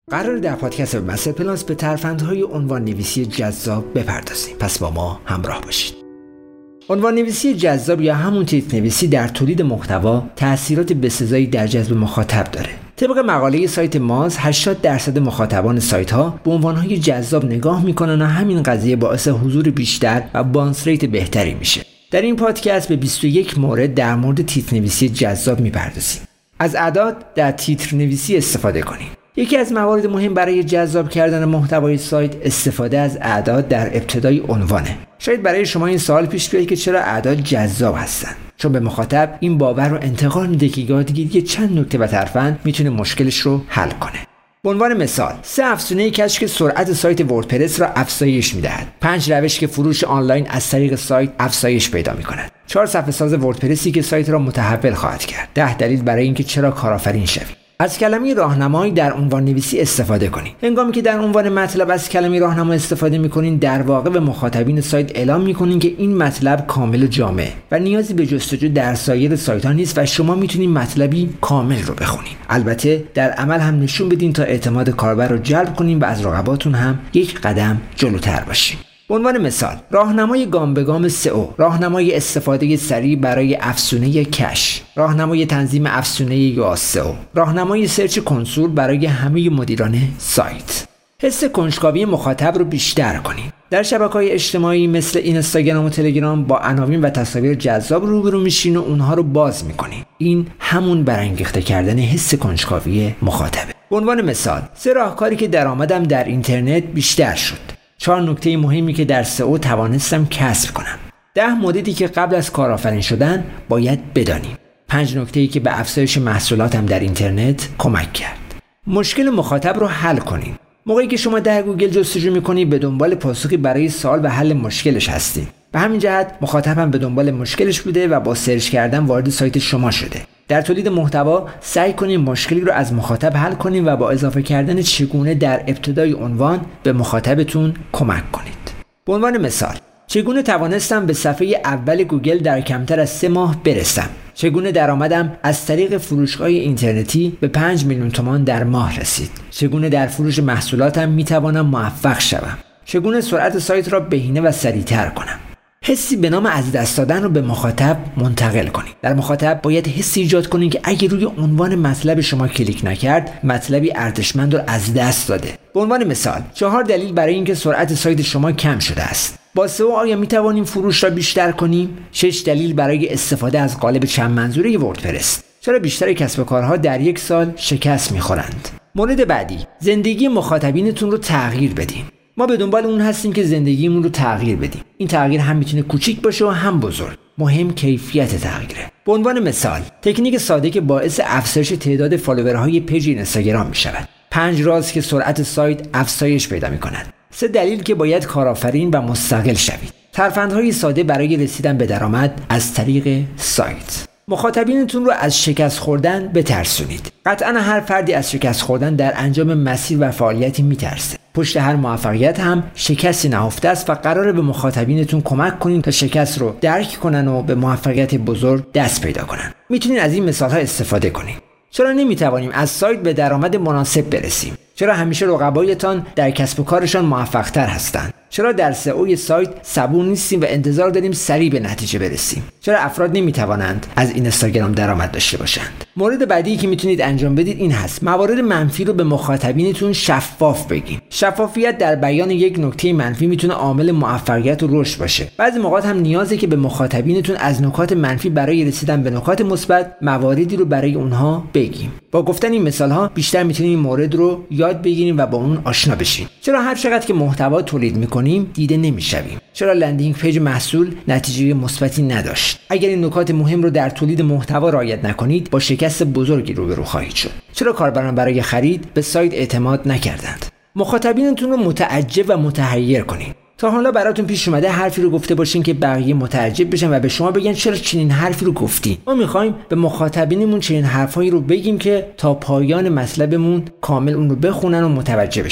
قرار در پادکست مستر پلاس به ترفندهای عنوان نویسی جذاب بپردازیم. پس با ما همراه باشید. عنوان نویسی جذاب یا همون تیتر نویسی در تولید محتوا تأثیرات بسزایی در جذب مخاطب داره. طبق مقاله سایت ماز 80% مخاطبان سایت‌ها به عنوانهای جذاب نگاه میکنن و همین قضیه باعث حضور بیشتر و بانس ریت بهتری میشه. در این پادکست به 21 مورد در مورد تیتر نویسی جذاب میپردازیم. از اعداد در تیتر نویسی استفاده کنیم. یکی از موارد مهم برای جذاب کردن محتوای سایت استفاده از اعداد در ابتدای عنوانه. شاید برای شما این سوال پیش بیاد که چرا اعداد جذاب هستن؟ چون به مخاطب این باور رو انتقال میده که یادگیری چند نکته و ترفند میتونه مشکلش رو حل کنه. به عنوان مثال 3 افزونه کشف که سرعت سایت وردپرس را افزایش میدهد. 5 روش که فروش آنلاین از طریق سایت افزایش پیدا میکند. 4 صفحه ساز وردپرسی که سایت را متحول خواهد کرد. 10 دلیل برای اینکه چرا کارآفرین شوید. از کلمه راهنمایی در عنوان نویسی استفاده کنید. هنگامی که در عنوان مطلب از کلمه راهنما استفاده می‌کنین، در واقع به مخاطبین سایت اعلام می‌کنین که این مطلب کامل و جامع و نیازی به جستجو در سایر سایت‌ها نیست و شما می‌تونید مطلبی کامل رو بخونید. البته در عمل هم نشون بدین تا اعتماد کاربر رو جلب کنین و از رقباتون هم یک قدم جلوتر باشین. به عنوان مثال راهنمای گام به گام سئو، راهنمای استفاده سریع برای افزونه کش، راهنمای تنظیم افزونه یا سئو، راهنمای سرچ کنسول برای همه مدیران سایت. حس کنجکاوی مخاطب رو بیشتر کنید. در شبکه‌های اجتماعی مثل اینستاگرام و تلگرام با عناوین و تصاویر جذاب روبرو میشین و اونها رو باز میکنید. این همون برانگیخته کردن حس کنجکاوی مخاطبه. به عنوان مثال 3 راهکاری که درآمدم در اینترنت بیشتر شد. 4 نکته مهمی که در سئو توانستم کسب کنم. 10 موردی که قبل از کارآفرین شدن باید بدانیم. 5 نکته‌ای که به افزایش محصولاتم در اینترنت کمک کرد. مشکل مخاطب رو حل کنید. موقعی که شما در گوگل جستجو می‌کنید به دنبال پاسخی برای سوال و حل مشکلش هستید. به همین جهت مخاطبم به دنبال مشکلش بوده و با سرچ کردن وارد سایت شما شده. در تولید محتوا سعی کنید مشکلی رو از مخاطب حل کنید و با اضافه کردن چگونه در ابتدای عنوان به مخاطبتون کمک کنید. به عنوان مثال چگونه توانستم به صفحه اول گوگل در کمتر از 3 ماه برسم؟ چگونه درآمدم از طریق فروشگاه اینترنتی به 5 میلیون تومان در ماه رسید؟ چگونه در فروش محصولاتم میتوانم موفق شوم؟ چگونه سرعت سایت را بهینه و سریعتر کنم؟ حسی به نام از دست دادن رو به مخاطب منتقل کنید. در مخاطب باید حسی ایجاد کنید که اگه روی عنوان مطلب شما کلیک نکرد، مطلبی ارزشمند رو از دست داده. به عنوان مثال 4 دلیل برای اینکه سرعت سایت شما کم شده است. با سئو آیا می توانیم فروش را بیشتر کنیم؟ 6 دلیل برای استفاده از قالب چند منظوره وردپرس. چرا بیشتر کسب و کارها در 1 سال شکست می‌خورند؟ مورد بعدی زندگی مخاطبینتون رو تغییر بدین. ما به دنبال اون هستیم که زندگیمون رو تغییر بدیم. این تغییر هم میتونه کوچیک باشه و هم بزرگ. مهم کیفیت تغییره. به عنوان مثال تکنیک ساده که باعث افزایش تعداد فالوورهای پیج اینستاگرام میشود. 5 راز که سرعت سایت افزایش پیدا میکند. 3 دلیل که باید کارآفرین و مستقل شوید. ترفندهای ساده برای رسیدن به درآمد از طریق سایت. مخاطبینتون رو از شکست خوردن بترسونید. قطعاً هر فردی از شکست خوردن در انجام مسیر و فعالیتی میترسه. پشت هر موفقیت هم شکستی نهفته است و قراره به مخاطبینتون کمک کنین تا شکست رو درک کنن و به موفقیت بزرگ دست پیدا کنن. میتونین از این مثال‌ها استفاده کنین. چرا نمیتوانیم از سایت به درآمد مناسب برسیم؟ چرا همیشه رقبایتان در کسب و کارشان موفق‌تر هستند؟ چرا در سئو سایت صبور نیستیم و انتظار داریم سریع به نتیجه برسیم؟ چرا افراد نمیتوانند از اینستاگرام درآمد داشته باشند؟ مورد بعدی که میتونید انجام بدید این هست: موارد منفی رو به مخاطبینتون شفاف بگین. شفافیت در بیان یک نکته منفی میتونه عامل موفقیت و رشد باشه. بعضی موقات هم نیازه که به مخاطبینتون از نکات منفی برای رسیدن به نکات مثبت مواردی رو برای اونها بگیم. با گفتن این مثال‌ها بیشتر میتونید این مورد رو یاد بگیریم و با اون آشنا بشین. چرا هر چقدر که محتوا تولید می‌کنیم دیده نمی‌شویم؟ چرا لندینگ پیج محصول نتیجه مثبتی نداشت؟ اگر این نکات مهم رو در تولید محتوا رعایت نکنید با شکست بزرگی روبرو خواهید شد. چرا کاربران برای خرید به سایت اعتماد نکردند؟ مخاطبینتون رو متعجب و متحیر کنید. تا حالا براتون پیش اومده حرفی رو گفته باشین که بقیه متعجب بشن و به شما بگن چرا چنین حرفی رو گفتی؟ ما می‌خوایم به مخاطبینمون چنین حرفایی رو بگیم که تا پایان مطلبمون کامل اون رو بخونن و متوجه بشن.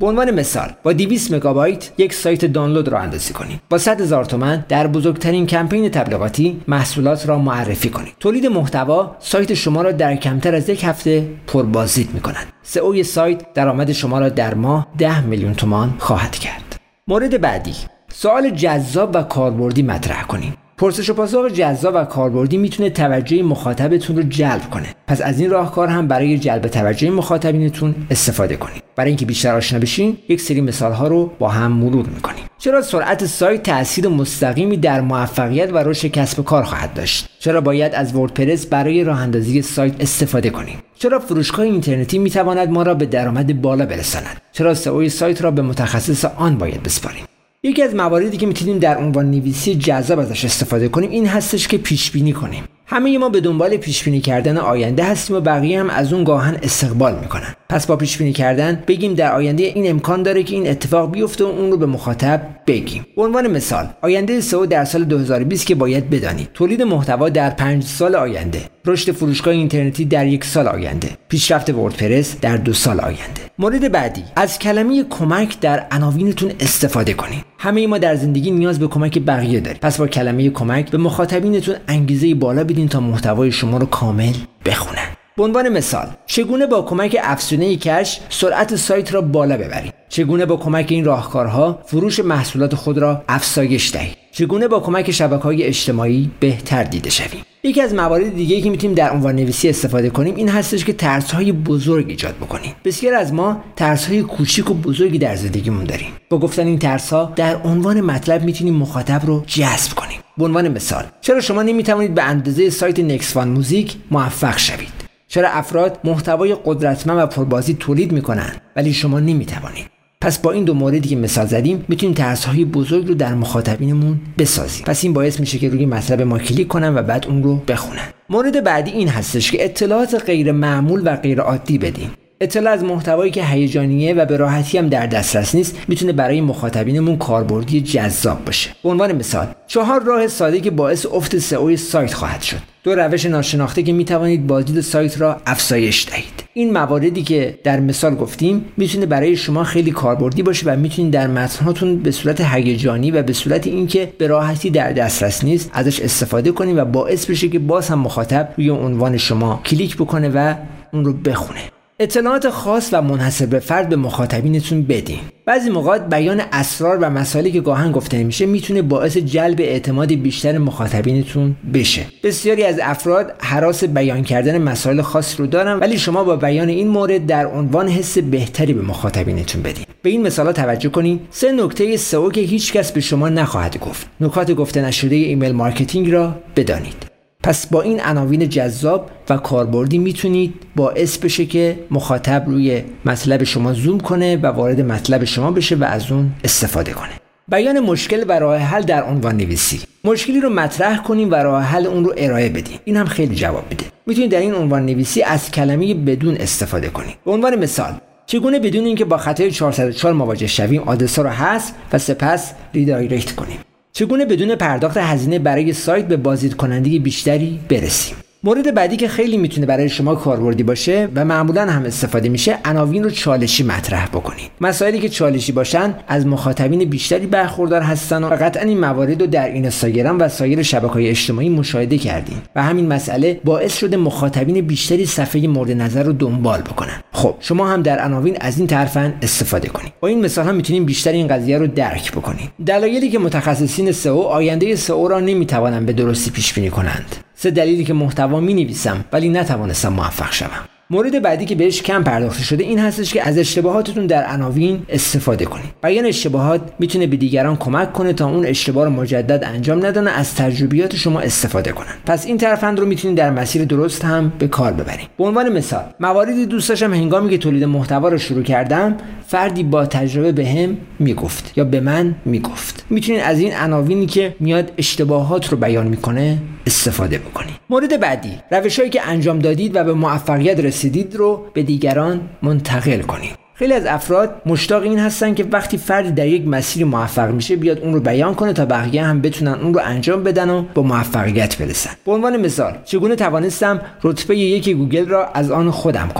به عنوان مثال با 200 مگابایت یک سایت دانلود را اندازی کنید. با 100,000 تومان در بزرگترین کمپین تبلیغاتی محصولات را معرفی کنید. تولید محتوا سایت شما را در کمتر از یک هفته پربازدید می‌کند. سئو سایت درآمد شما را در ماه 10 میلیون تومان خواهد کرد. مورد بعدی، سوال جذاب و کاربردی مطرح کنید. پرسش و پاسخ جذاب و کاربردی میتونه توجه مخاطبتون رو جلب کنه. پس از این راهکار هم برای جلب توجه مخاطبینتون استفاده کنید. برای اینکه بیشتر آشنا بشین، یک سری مثال‌ها رو با هم مرور می‌کنیم. چرا سرعت سایت تأثیر مستقیمی در موفقیت و رشد کسب و کار خواهد داشت؟ چرا باید از وردپرس برای راه‌اندازی سایت استفاده کنیم؟ چرا فروشگاه اینترنتی میتواند ما را به درآمد بالا برساند؟ چرا سئو سایت را به متخصص آن باید بسپاریم؟ یکی از مواردی که میتونیم در عنوان نویسی جذاب ازش استفاده کنیم این هستش که پیش بینی کنیم. همه ما به دنبال پیش بینی کردن آینده هستیم و بقیه هم از اون گاهن استقبال میکنن. پس با پیش بینی کردن بگیم در آینده این امکان داره که این اتفاق بیفته و اون رو به مخاطب بگیم. به عنوان مثال، آینده سئو در سال 2020 که باید بدانید، تولید محتوا در 5 سال آینده، رشد فروشگاه اینترنتی در 1 سال آینده، پیشرفت وردپرس در 2 سال آینده. مورد بعدی، از کلمه کمک در عناوینتون استفاده کنید. همه ما در زندگی نیاز به کمک بقیه داریم. پس با کلمه کمک به مخاطبینتون انگیزه بالا بدین تا محتوای شما رو کامل بخونن. به عنوان مثال، چگونه با کمک افزونه کش سرعت سایت را بالا ببرید؟ چگونه با کمک این راهکارها فروش محصولات خود را افزایش دهید؟ چگونه با کمک شبکه‌های اجتماعی بهتر دیده شویم؟ یکی از موارد دیگه‌ای که میتونیم در عنوان نویسی استفاده کنیم این هستش که ترس‌های بزرگ ایجاد بکنیم. بسیار از ما ترس‌های کوچیک و بزرگی در زندگیمون داریم. با گفتن این ترس‌ها در عنوان مطلب میتونیم مخاطب رو جذب کنیم. به عنوان مثال، چرا شما نمیتوانید به اندازه سایت نکس وان موزیک موفق شوید؟ چرا افراد محتوای قدرتمند و پربازی تولید میکنن ولی شما نمیتوانید؟ پس با این 2 موردی که مثال زدیم میتونیم ترس‌های بزرگ رو در مخاطبینمون بسازیم. پس این باعث میشه که روی مطلب ما کلیک کنن و بعد اون رو بخونن. مورد بعدی این هستش که اطلاعات غیر معمول و غیر عادی بدیم. اطلاع از محتوایی که هیجانیه و به راحتی هم در دسترس نیست میتونه برای مخاطبینمون کاربردی جذاب باشه. به عنوان مثال، 4 راه ساده که باعث افت سئو سایت خواهد شد. 2 روش ناشناخته که میتوانید بازدید سایت را افزایش دهید. این مواردی که در مثال گفتیم میتونه برای شما خیلی کاربردی باشه و میتونید در متن‌هاتون به صورت هیجانی و به صورت اینکه به راحتی در دسترس نیست ازش استفاده کنید و باعث بشه که باز هم مخاطب روی عنوان شما کلیک بکنه و اون رو بخونه. اطلاعات خاص و منحصر به فرد به مخاطبینتون بدین. بعضی موقع بیان اسرار و مسائلی که گاهن گفته نمیشه میتونه باعث جلب اعتماد بیشتر مخاطبینتون بشه. بسیاری از افراد هراس بیان کردن مسائل خاص رو دارن ولی شما با بیان این مورد در عنوان حس بهتری به مخاطبینتون بدین. به این مثالا توجه کنین. 3 نکته سئو که هیچ کس به شما نخواهد گفت. نکات گفته نشده ایمیل مارکتینگ را بدانید. پس با این عناوین جذاب و کاربردی میتونید باعث بشه که مخاطب روی مطلب شما زوم کنه و وارد مطلب شما بشه و از اون استفاده کنه. بیان مشکل و راه حل در عنوان نویسی. مشکلی رو مطرح کنیم و راه حل اون رو ارائه بدیم. این هم خیلی جواب میده. میتونید در این عنوان نویسی از کلمه بدون استفاده کنید. به عنوان مثال، چگونه بدون اینکه با خطای 404 مواجه شویم آدرس‌ها رو حذف و سپس ریدایرکت کنیم؟ چگونه بدون پرداخت هزینه برای سایت به بازدید کننده بیشتری برسیم؟ مورد بعدی که خیلی میتونه برای شما کاربردی باشه و معمولا هم استفاده میشه، عناوین رو چالشی مطرح بکنید. مسائلی که چالشی باشن از مخاطبین بیشتری برخوردار هستن و قطعا این موارد رو در اینستاگرام و سایر شبکه‌های اجتماعی مشاهده کردین و همین مسئله باعث شده مخاطبین بیشتری صفحه مورد نظر رو دنبال بکنن. خب شما هم در عناوین از این طرفن استفاده کنید. با این مثال هم میتونید بیشتر این قضیه رو درک بکنید. دلایلی که متخصصین سئو آینده سئو را نمیتوانند به درستی پیش بینی کنند. 3 دلیلی که محتوا می‌نویسم ولی نتوانستم موفق شوم. مورد بعدی که بهش کم پرداخته شده این هستش که از اشتباهاتتون در عناوین استفاده کنید. بیان اشتباهات میتونه به دیگران کمک کنه تا اون اشتباه رو مجدد انجام ندن، از تجربیات شما استفاده کنن. پس این طرفند رو میتونید در مسیر درست هم به کار ببرید. به عنوان مثال، مواردی دوست داشتم هنگامی که تولید محتوا رو شروع کردم فردی با تجربه بهم میگفت یا به من میگفت. میتونید از این عناوینی که میاد اشتباهات رو بیان میکنه استفاده بکنید. مورد بعدی، روش‌هایی که انجام دادید و به موفقیت رسیدید رو به دیگران منتقل کنید. خیلی از افراد مشتاق این هستن که وقتی فردی در یک مسیر موفق میشه بیاد اون رو بیان کنه تا بقیه هم بتونن اون رو انجام بدن و با موفقیت برسن. به عنوان مثال، چگونه توانستم رتبه 1 گوگل را از آن خودم کنم؟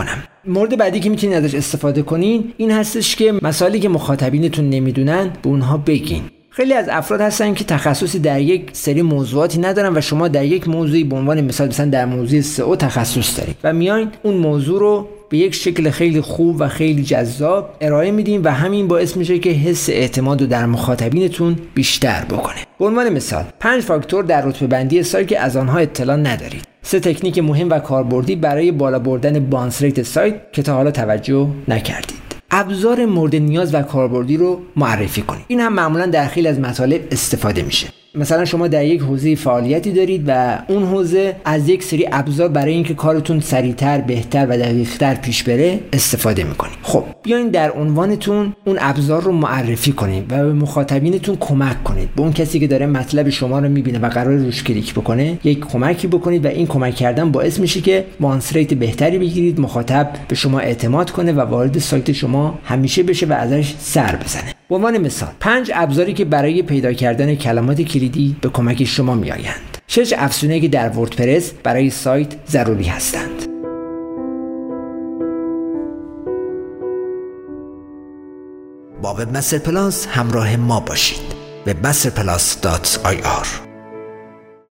مورد بعدی که میتونید ازش استفاده کنین این هستش که مسائلی که مخاطبینتون نمیدونن به اونها بگین. خیلی از افراد هستن که تخصصی در یک سری موضوعاتی ندارن و شما در یک موضوعی به عنوان مثلا در موضوع SEO تخصص دارید و میایین اون موضوع رو به یک شکل خیلی خوب و خیلی جذاب ارائه میدین و همین باعث میشه که حس اعتماد رو در مخاطبینتون بیشتر بکنه. به عنوان مثال 5 فاکتور در رتبه بندی سایت که از آنها اطلاع ندارید. 3 تکنیک مهم و کاربردی برای بالا بردن بانس ریت سایت که تا حالا توجه نکردید. ابزار مورد نیاز و کاربردی رو معرفی کنید. این هم معمولا در خیلی از مطالب استفاده میشه. مثلا شما در یک حوزه فعالیتی دارید و اون حوزه از یک سری ابزار برای اینکه کارتون سریعتر، بهتر و دقیق‌تر پیش بره استفاده میکنید. خب بیاین در عنوانتون اون ابزار رو معرفی کنید و به مخاطبینتون کمک کنید. به اون کسی که داره مطلب شما رو میبینه و قرار روش کلیک بکنه یک کمکی بکنید و این کمک کردن باعث میشه که بانس ریت بهتری بگیرید، مخاطب به شما اعتماد کنه و وارد سایت شما همیشه بشه و ازش سر بزنه. به عنوان مثال 5 ابزاری که برای پیدا کردن کلمات کلیدی به کمک شما میآیند. 6 افزونه‌ای که در وردپرس برای سایت ضروری هستند. با وبمستر پلاس همراه ما باشید. webmasterplus.ir